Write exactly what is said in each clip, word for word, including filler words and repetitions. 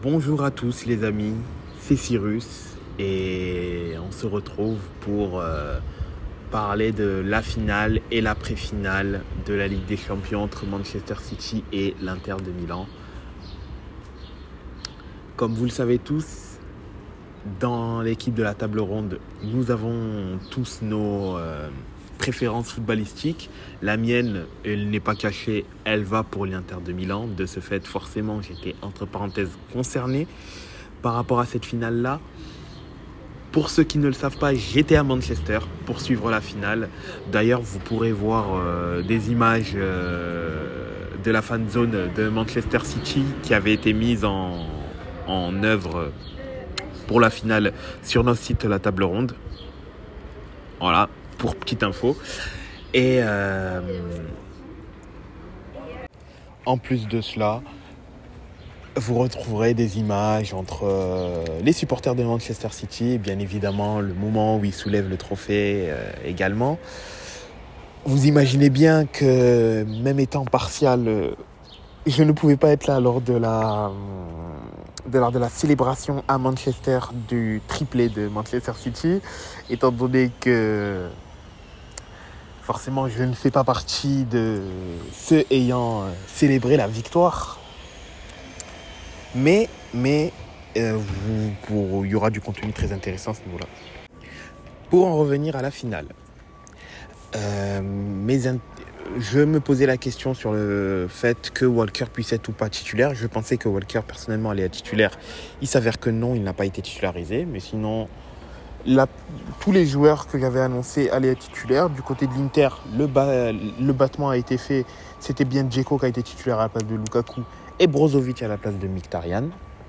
Bonjour à tous les amis, c'est Cyrus et on se retrouve pour euh, parler de la finale et l'après-finale de la Ligue des Champions entre Manchester City et l'Inter de Milan. Comme vous le savez tous, dans l'équipe de la table ronde, nous avons tous nos euh, préférences footballistiques. La mienne, elle n'est pas cachée, elle va pour l'Inter de Milan. De ce fait, forcément, j'étais entre parenthèses concerné par rapport à cette finale-là. Pour ceux qui ne le savent pas, j'étais à Manchester pour suivre la finale. D'ailleurs, vous pourrez voir euh, des images euh, de la fan zone de Manchester City qui avait été mise en, en œuvre pour la finale sur notre site La Table Ronde. Voilà, pour petite info. Et euh, en plus de cela, vous retrouverez des images entre euh, les supporters de Manchester City et bien évidemment le moment où ils soulèvent le trophée euh, également. Vous imaginez bien que même étant partial, euh, je ne pouvais pas être là lors de la, de, lors de la célébration à Manchester du triplé de Manchester City, étant donné que forcément je ne fais pas partie de ceux ayant célébré la victoire. Mais, mais euh, vous, pour, il y aura du contenu très intéressant à ce niveau-là. Pour en revenir à la finale, euh, mes in- je me posais la question sur le fait que Walker puisse être ou pas titulaire. Je pensais que Walker, personnellement, allait être titulaire. Il s'avère que non, il n'a pas été titularisé. Mais sinon, la, tous les joueurs que j'avais annoncés allaient être titulaires. Du côté de l'Inter, le, ba- le battement a été fait. C'était bien Dzeko qui a été titulaire à la place de Lukaku et Brozovic à la place de Mkhitaryan.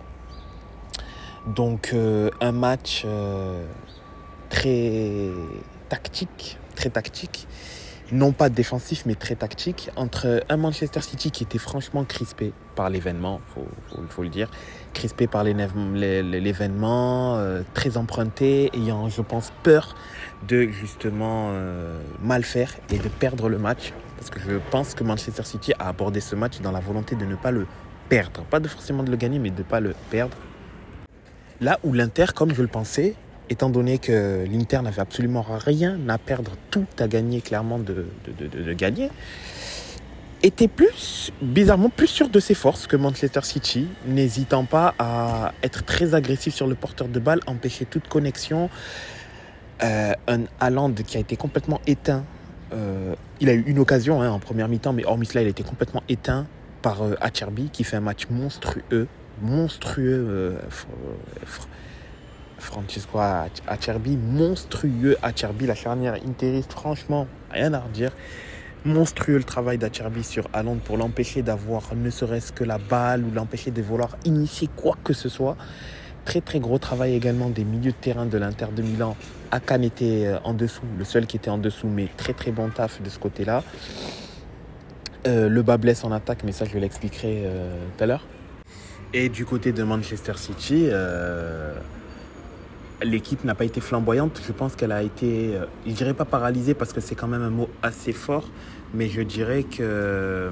Donc euh, un match euh, très tactique, très tactique, non pas défensif mais très tactique, entre un Manchester City qui était franchement crispé par l'événement, faut, faut, faut le dire, crispé par l'événement, euh, très emprunté, ayant je pense peur de justement euh, mal faire et de perdre le match. Parce que je pense que Manchester City a abordé ce match dans la volonté de ne pas le perdre. Pas de forcément de le gagner, mais de ne pas le perdre. Là où l'Inter, comme je le pensais, étant donné que l'Inter n'avait absolument rien à perdre, tout à gagner, clairement de, de, de, de gagner, était plus, bizarrement, plus sûr de ses forces que Manchester City, n'hésitant pas à être très agressif sur le porteur de balle, empêcher toute connexion. Euh, un Haaland qui a été complètement éteint. Euh, il a eu une occasion hein, en première mi-temps, mais hormis cela, il a été complètement éteint par euh, Acerbi, qui fait un match monstrueux, monstrueux, euh, fr- Francesco Acerbi, monstrueux Acerbi, la charnière interiste, franchement, rien à redire. Monstrueux le travail d'Acerbi sur Haaland pour l'empêcher d'avoir ne serait-ce que la balle ou l'empêcher de vouloir initier quoi que ce soit. Très très gros travail également des milieux de terrain de l'Inter de Milan. Akan était en dessous, le seul qui était en dessous, mais très très bon taf de ce côté-là. Euh, le bas blesse en attaque, mais ça je l'expliquerai euh, tout à l'heure. Et du côté de Manchester City, euh, l'équipe n'a pas été flamboyante. Je pense qu'elle a été, euh, je dirais pas paralysée parce que c'est quand même un mot assez fort, mais je dirais que euh,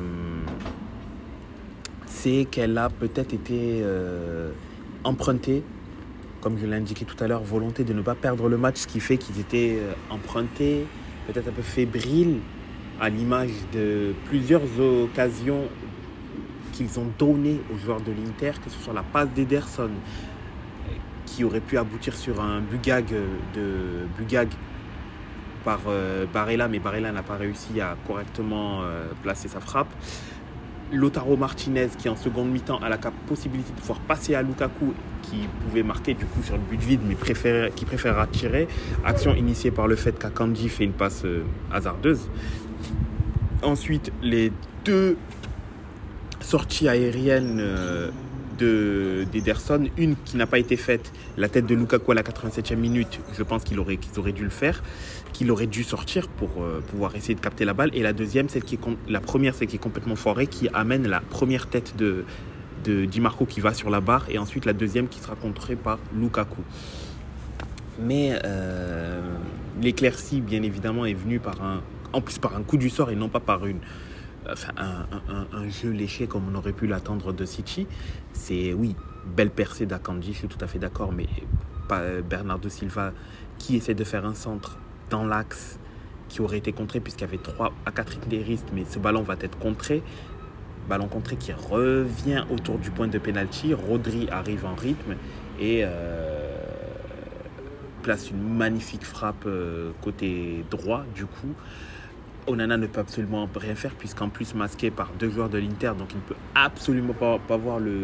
c'est qu'elle a peut-être été euh, empruntée, comme je l'ai indiqué tout à l'heure, volonté de ne pas perdre le match, ce qui fait qu'ils étaient euh, empruntés, peut-être un peu fébriles, à l'image de plusieurs occasions qu'ils ont données aux joueurs de l'Inter, que ce soit la passe d'Ederson, qui aurait pu aboutir sur un Bugag de Bugag par euh, Barella, mais Barella n'a pas réussi à correctement euh, placer sa frappe. Lautaro Martinez qui en seconde mi-temps a la possibilité de pouvoir passer à Lukaku qui pouvait marquer du coup sur le but vide mais préfère, qui préférera tirer. Action initiée par le fait qu'Akanji fait une passe euh, hasardeuse. Ensuite, les deux sorties aériennes euh, de, d'Ederson, une qui n'a pas été faite, la tête de Lukaku à la quatre-vingt-septième minute, je pense qu'il aurait, qu'ils auraient dû le faire, qu'il aurait dû sortir pour euh, pouvoir essayer de capter la balle. Et la deuxième, celle qui est, la première, celle qui est complètement foirée, qui amène la première tête de, de Di Marco qui va sur la barre, et ensuite la deuxième qui sera contrée par Lukaku. Mais euh, l'éclaircie, bien évidemment, est venue par un, en plus par un coup du sort et non pas par une enfin, un, un, un jeu léché comme on aurait pu l'attendre de City. C'est, oui, belle percée d'Akanji, je suis tout à fait d'accord, mais pas Bernardo Silva qui essaie de faire un centre dans l'axe qui aurait été contré puisqu'il y avait trois à quatre intégristes, mais ce ballon va être contré. Ballon contré qui revient autour du point de pénalty. Rodri arrive en rythme et euh, place une magnifique frappe euh, côté droit. Du coup, Onana ne peut absolument rien faire puisqu'en plus masqué par deux joueurs de l'Inter, donc il ne peut absolument pas, pas voir le,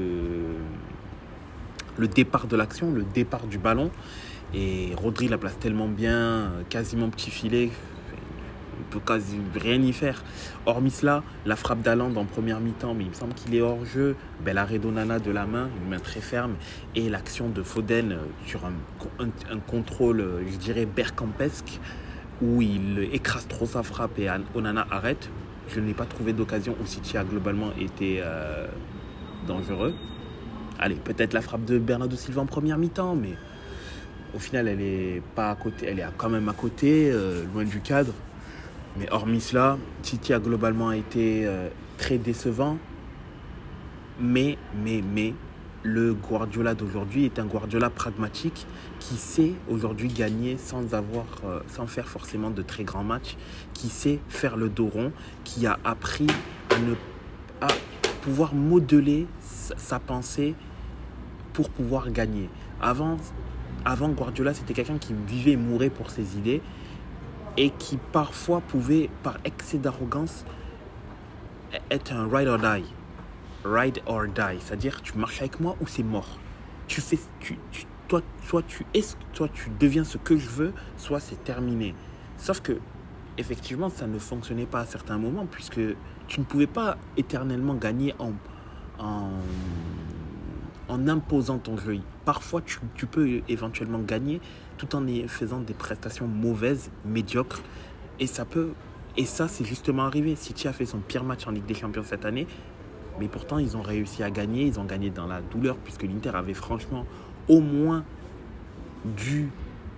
le départ de l'action, le départ du ballon. Et Rodri la place tellement bien, quasiment petit filet. Il ne peut quasi rien y faire. Hormis cela, la frappe d'Haaland en première mi-temps, mais il me semble qu'il est hors jeu. Bel arrêt d'Onana de la main, une main très ferme. Et l'action de Foden sur un, un, un contrôle, je dirais, bergkampesque, où il écrase trop sa frappe et Onana arrête. Je n'ai pas trouvé d'occasion où City a globalement été euh, dangereux. Allez, peut-être la frappe de Bernardo Silva en première mi-temps, mais au final, elle est pas à côté. Elle est quand même à côté, euh, loin du cadre. Mais hormis cela, City a globalement été euh, très décevant. Mais, mais, mais, le Guardiola d'aujourd'hui est un Guardiola pragmatique qui sait aujourd'hui gagner sans avoir, euh, sans faire forcément de très grands matchs, qui sait faire le dos rond, qui a appris à, ne, à pouvoir modeler sa, sa pensée pour pouvoir gagner. Avant, avant Guardiola, c'était quelqu'un qui vivait et mourait pour ses idées, et qui parfois pouvait, par excès d'arrogance, être un ride or die. Ride or die, c'est-à-dire tu marches avec moi ou c'est mort. Tu fais, tu, tu, toi, soit tu es, soit tu deviens ce que je veux, soit c'est terminé. Sauf que, effectivement, ça ne fonctionnait pas à certains moments, puisque tu ne pouvais pas éternellement gagner en, en, en imposant ton jeu. Parfois, tu, tu peux éventuellement gagner tout en faisant des prestations mauvaises, médiocres. Et ça peut, et ça, c'est justement arrivé. City a fait son pire match en Ligue des Champions cette année, mais pourtant, ils ont réussi à gagner. Ils ont gagné dans la douleur, puisque l'Inter avait franchement au moins dû,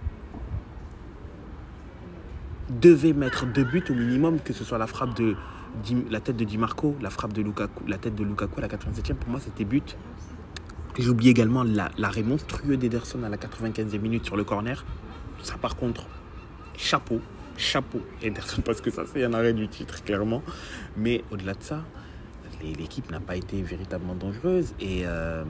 devait mettre deux buts au minimum, que ce soit la frappe de la tête de Di Marco, la frappe de Lukaku, la tête de Lukaku à la quatre-vingt-septième. Pour moi, c'était but. J'oublie également la, l'arrêt monstrueux d'Ederson à la quatre-vingt-quinzième minute sur le corner. Ça, par contre, chapeau, chapeau Ederson, parce que ça, c'est un arrêt du titre, clairement. Mais au-delà de ça, les, l'équipe n'a pas été véritablement dangereuse. Et euh,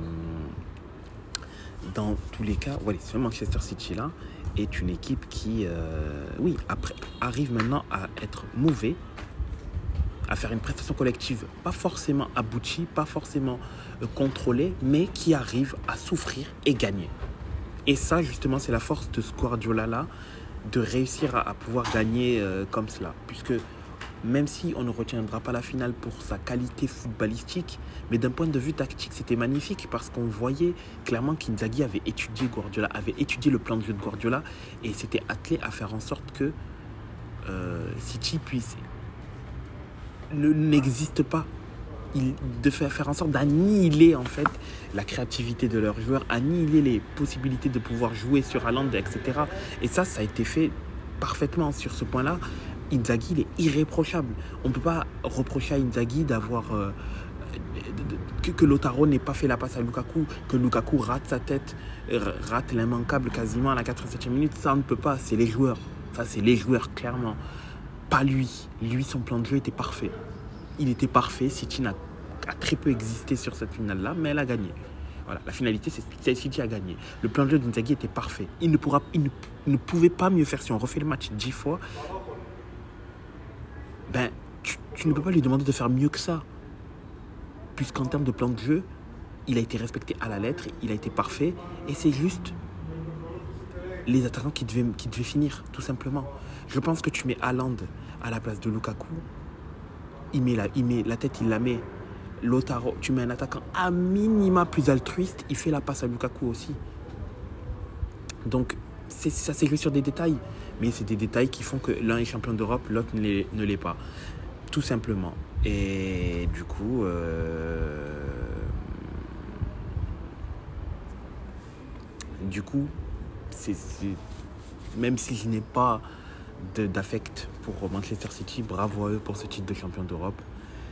dans tous les cas, ouais, ce Manchester City-là est une équipe qui, euh, oui, après, arrive maintenant à être mauvais, à faire une prestation collective pas forcément aboutie, pas forcément euh, contrôlée, mais qui arrive à souffrir et gagner. Et ça, justement, c'est la force de ce Guardiola-là, de réussir à, à pouvoir gagner euh, comme cela. Puisque même si on ne retiendra pas la finale pour sa qualité footballistique, mais d'un point de vue tactique, c'était magnifique parce qu'on voyait clairement qu'Inzaghi avait étudié Guardiola, avait étudié le plan de jeu de Guardiola et s'était attelé à faire en sorte que euh, City puisse ne, n'existe pas. Il, de faire, faire en sorte d'annihiler en fait la créativité de leurs joueurs, annihiler les possibilités de pouvoir jouer sur Haaland, et cetera. Et ça, ça a été fait parfaitement sur ce point-là. Inzaghi, il est irréprochable. On ne peut pas reprocher à Inzaghi d'avoir euh, que, que Lautaro n'ait pas fait la passe à Lukaku, que Lukaku rate sa tête, rate l'immanquable quasiment à la quatre-vingt-septième minute. Ça, on ne peut pas. C'est les joueurs. Ça, c'est les joueurs, clairement. Pas lui. Lui, son plan de jeu était parfait. Il était parfait. City n'a, a très peu existé sur cette finale-là, mais elle a gagné. Voilà, la finalité, c'est, c'est City a gagné. Le plan de jeu d'Inzaghi était parfait. Il ne, pourra, il ne, ne pouvait pas mieux faire. Si on refait le match dix fois, ben, tu, tu ne peux pas lui demander de faire mieux que ça. Puisqu'en termes de plan de jeu, il a été respecté à la lettre, il a été parfait. Et c'est juste les attaquants qui devaient, qui devaient finir, tout simplement. Je pense que tu mets Haaland à la place de Lukaku. Il met la, il met, la tête, il la met. Lautaro, tu mets un attaquant à minima plus altruiste, il fait la passe à Lukaku aussi. Donc, c'est, ça s'est joué sur des détails. Mais c'est des détails qui font que l'un est champion d'Europe, l'autre ne l'est, ne l'est pas. Tout simplement. Et du coup, euh... du coup, c'est, c'est... même si je n'ai pas de, d'affect pour Manchester City, bravo à eux pour ce titre de champion d'Europe.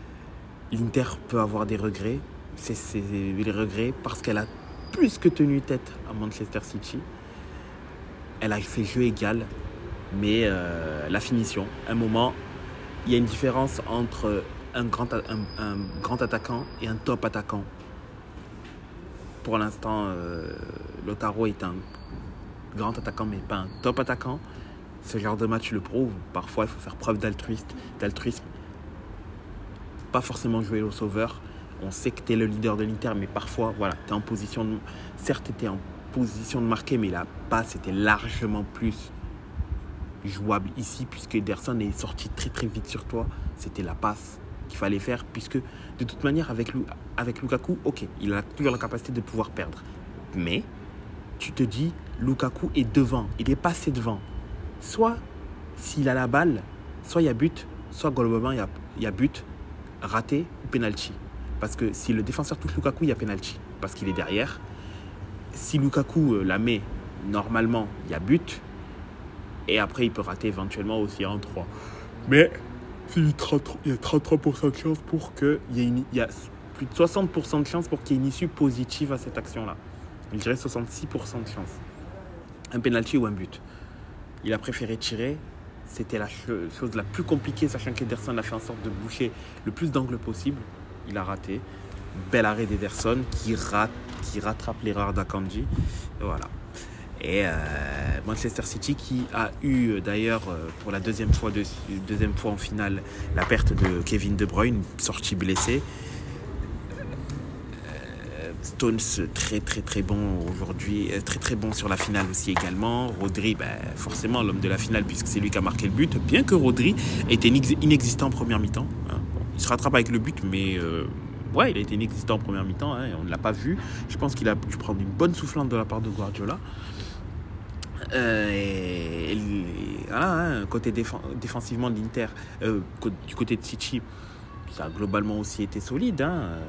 l'Inter peut avoir des regrets. C'est, c'est les regrets parce qu'elle a plus que tenu tête à Manchester City. Elle a fait jeu égal, mais euh, la finition, un moment, il y a une différence entre un grand, un, un grand attaquant et un top attaquant. Pour l'instant, euh, Lautaro est un grand attaquant, mais pas un top attaquant. Ce genre de match le prouve. Parfois, il faut faire preuve d'altruisme, d'altruisme. Pas forcément jouer au sauveur. On sait que tu es le leader de l'Inter, mais parfois, voilà, tu es en position de... Certes, tu es en position de marquer, mais la passe était largement plus jouable ici, puisque Ederson est sorti très très vite sur toi. C'était la passe qu'il fallait faire, puisque de toute manière, avec, avec Lukaku, ok, il a toujours la capacité de pouvoir perdre. Mais tu te dis, Lukaku est devant, il est passé devant. Soit, s'il a la balle, soit il y a but, soit globalement, il y a, il y a but, raté ou penalty. Parce que si le défenseur touche Lukaku, il y a penalty, parce qu'il est derrière. Si Lukaku euh, la met, normalement, il y a but. Et après, il peut rater éventuellement aussi en trois. Mais il y a trente-trois pour cent de chance pour qu'il y ait une, il y a plus de soixante pour cent de chance pour qu'il y ait une issue positive à cette action-là. Je dirais soixante-six pour cent de chance. Un penalty ou un but. Il a préféré tirer. C'était la chose la plus compliquée, sachant qu'Ederson a fait en sorte de boucher le plus d'angles possible. Il a raté. Bel arrêt d'Ederson qui, rate, qui rattrape l'erreur d'Akanji. Et voilà. Et euh, Manchester City qui a eu d'ailleurs pour la deuxième fois, de, deuxième fois en finale la perte de Kevin De Bruyne, sorti blessé. Euh, Stones très très très bon aujourd'hui, très très bon sur la finale aussi également. Rodri, ben, forcément l'homme de la finale puisque c'est lui qui a marqué le but. Bien que Rodri était inexistant en première mi-temps. Hein. Bon, il se rattrape avec le but, mais euh, ouais, il a été inexistant en première mi-temps. Hein, on ne l'a pas vu. Je pense qu'il a pu prendre une bonne soufflante de la part de Guardiola. Euh, et, et, voilà, hein, côté défen- défensivement de l'Inter, euh, du côté de City, ça a globalement aussi été solide. Hein, euh,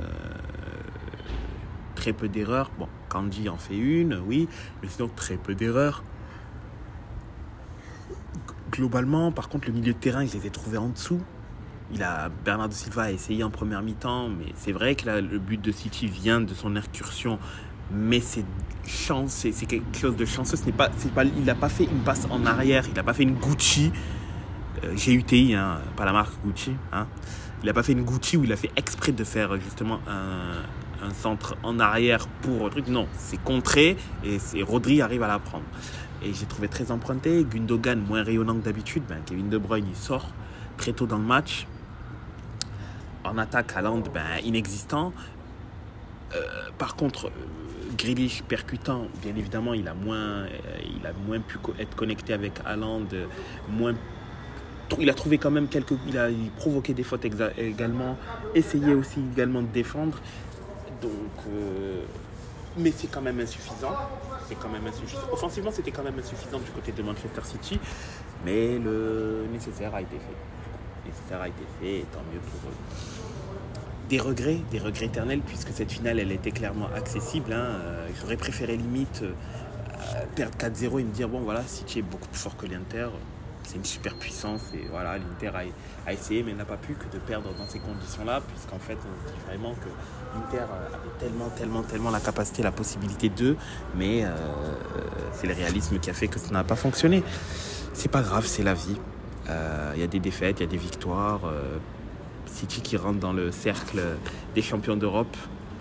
très peu d'erreurs. Bon, Kanji en fait une, oui, mais sinon très peu d'erreurs. Globalement, par contre, le milieu de terrain, je les ai trouvés en dessous. Il a, Bernardo Silva a essayé en première mi-temps, mais c'est vrai que là, le but de City vient de son incursion. Mais c'est chance, c'est, c'est quelque chose de chanceux. Ce n'est pas, c'est pas, il n'a pas fait une passe en arrière, il n'a pas fait une Gucci, euh, G U T I, hein, pas la marque Gucci. Hein. Il n'a pas fait une Gucci où il a fait exprès de faire justement un, un centre en arrière pour un truc. Non, c'est contré et c'est, Rodri arrive à la prendre. Et j'ai trouvé très emprunté. Gundogan, moins rayonnant que d'habitude. Ben, Kevin De Bruyne, il sort très tôt dans le match. En attaque, Haaland, ben, inexistant. Euh, par contre, euh, Grealish percutant, bien évidemment, il a moins, euh, il a moins pu co- être connecté avec Haaland, euh, moins, il a trouvé quand même quelques, il a il provoqué des fautes exa- également, essayé aussi également de défendre, donc, euh, mais c'est quand même insuffisant, c'est quand même insuffisant. Offensivement, c'était quand même insuffisant du côté de Manchester City, mais le nécessaire a été fait, le nécessaire a été fait, et tant mieux pour eux. Des regrets, des regrets éternels, puisque cette finale, elle était clairement accessible. Hein. Euh, j'aurais préféré limite euh, perdre quatre zéro et me dire, bon voilà, City est beaucoup plus fort que l'Inter. C'est une super puissance et voilà, l'Inter a, a essayé, mais n'a pas pu que de perdre dans ces conditions-là, puisqu'en fait, on dit vraiment que l'Inter avait tellement, tellement, tellement la capacité, la possibilité d'eux, mais euh, c'est le réalisme qui a fait que ça n'a pas fonctionné. C'est pas grave, c'est la vie. Il euh, y a des défaites, il y a des victoires. Euh, City qui rentre dans le cercle des champions d'Europe.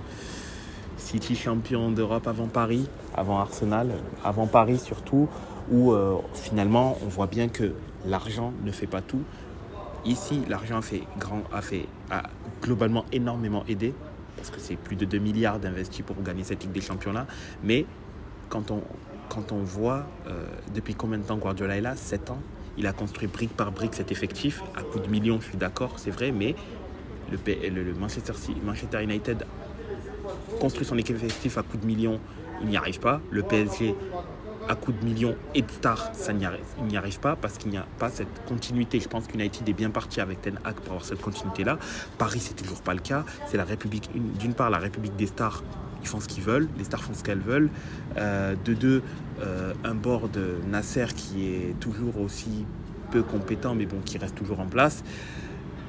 City champion d'Europe avant Paris, avant Arsenal, avant Paris surtout, où euh, finalement on voit bien que l'argent ne fait pas tout. Ici, l'argent a fait, grand, a fait a globalement énormément aidé, parce que c'est plus de deux milliards d'investis pour gagner cette Ligue des Champions-là. Mais quand on, quand on voit euh, depuis combien de temps Guardiola est là, sept ans, il a construit brique par brique cet effectif, à coups de millions, je suis d'accord, c'est vrai, mais le, le, le Manchester, Manchester United construit son effectif à coups de millions, il n'y arrive pas. Le P S G, à coups de millions et de stars, ça n'y arrive, il n'y arrive pas parce qu'il n'y a pas cette continuité. Je pense qu'United est bien parti avec Ten Hag pour avoir cette continuité-là. Paris, c'est toujours pas le cas. C'est la République, d'une part, la République des stars. Ils font ce qu'ils veulent, les stars font ce qu'elles veulent. Euh, de deux, euh, un board de Nasser qui est toujours aussi peu compétent, mais bon, qui reste toujours en place.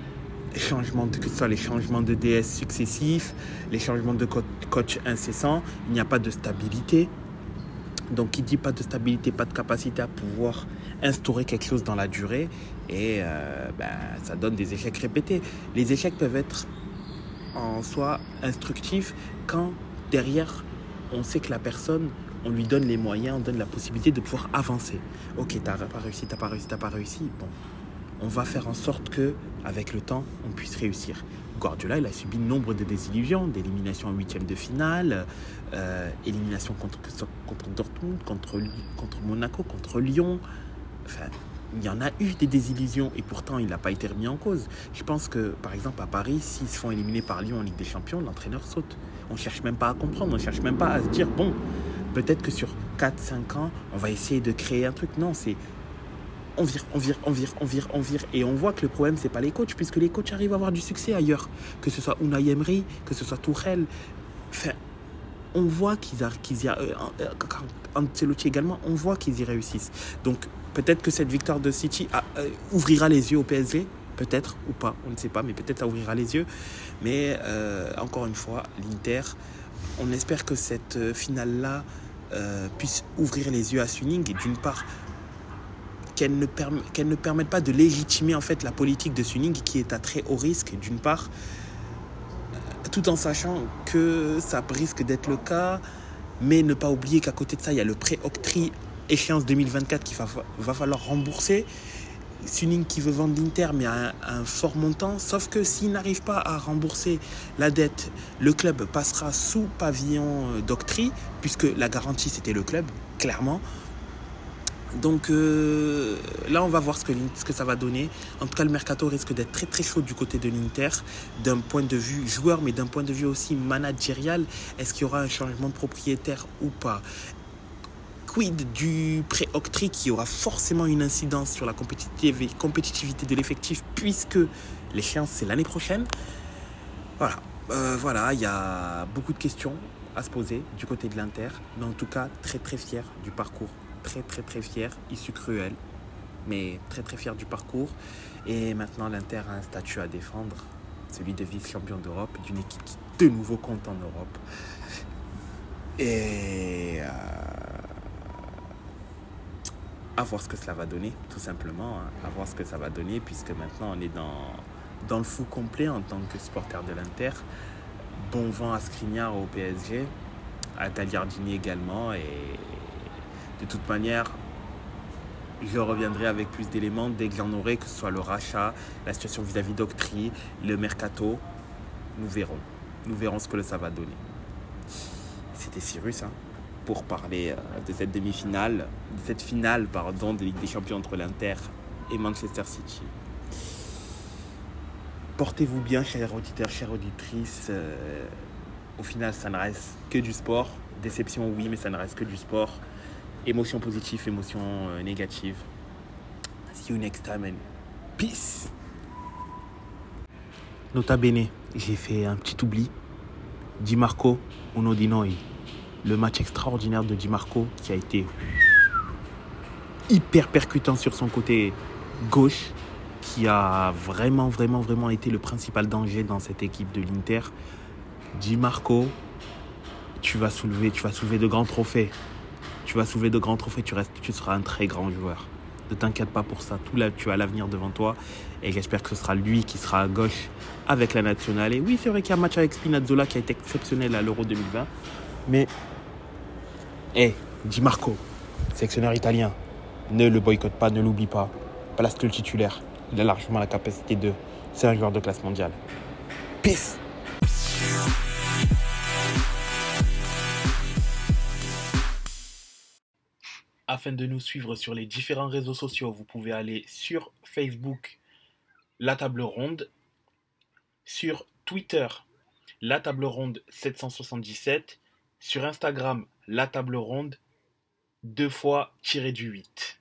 changements de, que ce soit les changements de D S successifs, les changements de co- coach incessants, il n'y a pas de stabilité. Donc, qui dit pas de stabilité, pas de capacité à pouvoir instaurer quelque chose dans la durée, et euh, ben, ça donne des échecs répétés. Les échecs peuvent être en soi instructifs quand derrière, on sait que la personne, on lui donne les moyens, on donne la possibilité de pouvoir avancer. Ok, t'as pas réussi, t'as pas réussi, t'as pas réussi. Bon, on va faire en sorte que, avec le temps, on puisse réussir. Guardiola, il a subi nombre de désillusions, d'éliminations en huitième de finale, euh, élimination contre, contre Dortmund, contre, contre Monaco, contre Lyon. Enfin, il y en a eu des désillusions et pourtant, il n'a pas été remis en cause. Je pense que, par exemple, à Paris, s'ils se font éliminer par Lyon en Ligue des Champions, l'entraîneur saute. On ne cherche même pas à comprendre, on ne cherche même pas à se dire, bon, peut-être que sur quatre cinq ans, on va essayer de créer un truc. Non, c'est on vire, on vire, on vire, on vire, on vire. Et on voit que le problème, c'est pas les coachs, puisque les coachs arrivent à avoir du succès ailleurs. Que ce soit Unai Emery, que ce soit Tuchel. Enfin, on voit qu'ils, a, qu'ils y a, euh, Ancelotti également, on voit qu'ils y réussissent. Donc, peut-être que cette victoire de City a, euh, ouvrira les yeux au P S G. Peut-être, ou pas, on ne sait pas, mais peut-être ça ouvrira les yeux. Mais, euh, encore une fois, l'Inter, on espère que cette finale-là euh, puisse ouvrir les yeux à Suning. Et d'une part, qu'elle ne, perm- qu'elle ne permette pas de légitimer en fait la politique de Suning qui est à très haut risque d'une part, tout en sachant que ça risque d'être le cas, mais ne pas oublier qu'à côté de ça, il y a le prêt Octree échéance deux mille vingt-quatre qu'il va, va falloir rembourser. Suning qui veut vendre l'Inter mais à un, un fort montant, sauf que s'il n'arrive pas à rembourser la dette, le club passera sous pavillon d'Octree, puisque la garantie c'était le club, clairement. Donc euh, là, on va voir ce que, ce que ça va donner. En tout cas, le mercato risque d'être très très chaud du côté de l'Inter, d'un point de vue joueur, mais d'un point de vue aussi managérial. Est-ce qu'il y aura un changement de propriétaire ou pas? Quid du prêt Octree qui aura forcément une incidence sur la compétitivité de l'effectif, puisque l'échéance c'est l'année prochaine. Voilà, euh, voilà, il y a beaucoup de questions à se poser du côté de l'Inter, mais en tout cas très très fier du parcours. Très très très fier, issue cruelle, mais très très fier du parcours. Et maintenant l'Inter a un statut à défendre, celui de vice-champion d'Europe, d'une équipe qui de nouveau compte en Europe. Et euh, à voir ce que cela va donner, tout simplement, hein, à voir ce que ça va donner, puisque maintenant on est dans, dans le fou complet en tant que supporter de l'Inter. Bon vent à Skriniar au P S G, à Gagliardini également, et de toute manière, je reviendrai avec plus d'éléments dès que j'en aurai, que ce soit le rachat, la situation vis-à-vis d'Octree, le mercato. Nous verrons. Nous verrons ce que ça va donner. C'était Cyrus, hein, pour parler euh, de cette demi-finale, de cette finale, pardon, de Ligue des Champions entre l'Inter et Manchester City. Portez-vous bien, chers auditeurs, chères auditrices. Euh, au final, ça ne reste que du sport. Déception, oui, mais ça ne reste que du sport. Émotions positives, émotions euh, négatives. See you next time and peace. Nota bene, j'ai fait un petit oubli. Di Marco, uno di noi. Le match extraordinaire de Di Marco qui a été hyper percutant sur son côté gauche, qui a vraiment, vraiment, vraiment été le principal danger dans cette équipe de l'Inter. Di Marco, tu vas soulever, tu vas soulever de grands trophées. Tu vas soulever de grands trophées, tu, restes, tu seras un très grand joueur. Ne t'inquiète pas pour ça, tout là, tu as l'avenir devant toi. Et j'espère que ce sera lui qui sera à gauche avec la nationale. Et oui, c'est vrai qu'il y a un match avec Spinazzola qui a été exceptionnel à l'Euro deux mille vingt. Mais, hé, hey, Di Marco, sélectionneur italien, ne le boycotte pas, ne l'oublie pas. Place le titulaire, il a largement la capacité de... C'est un joueur de classe mondiale. Peace. Afin de nous suivre sur les différents réseaux sociaux, vous pouvez aller sur Facebook, La Table Ronde, sur Twitter, La Table Ronde sept cent soixante-dix-sept, sur Instagram, La Table Ronde, deux fois tiré du huit.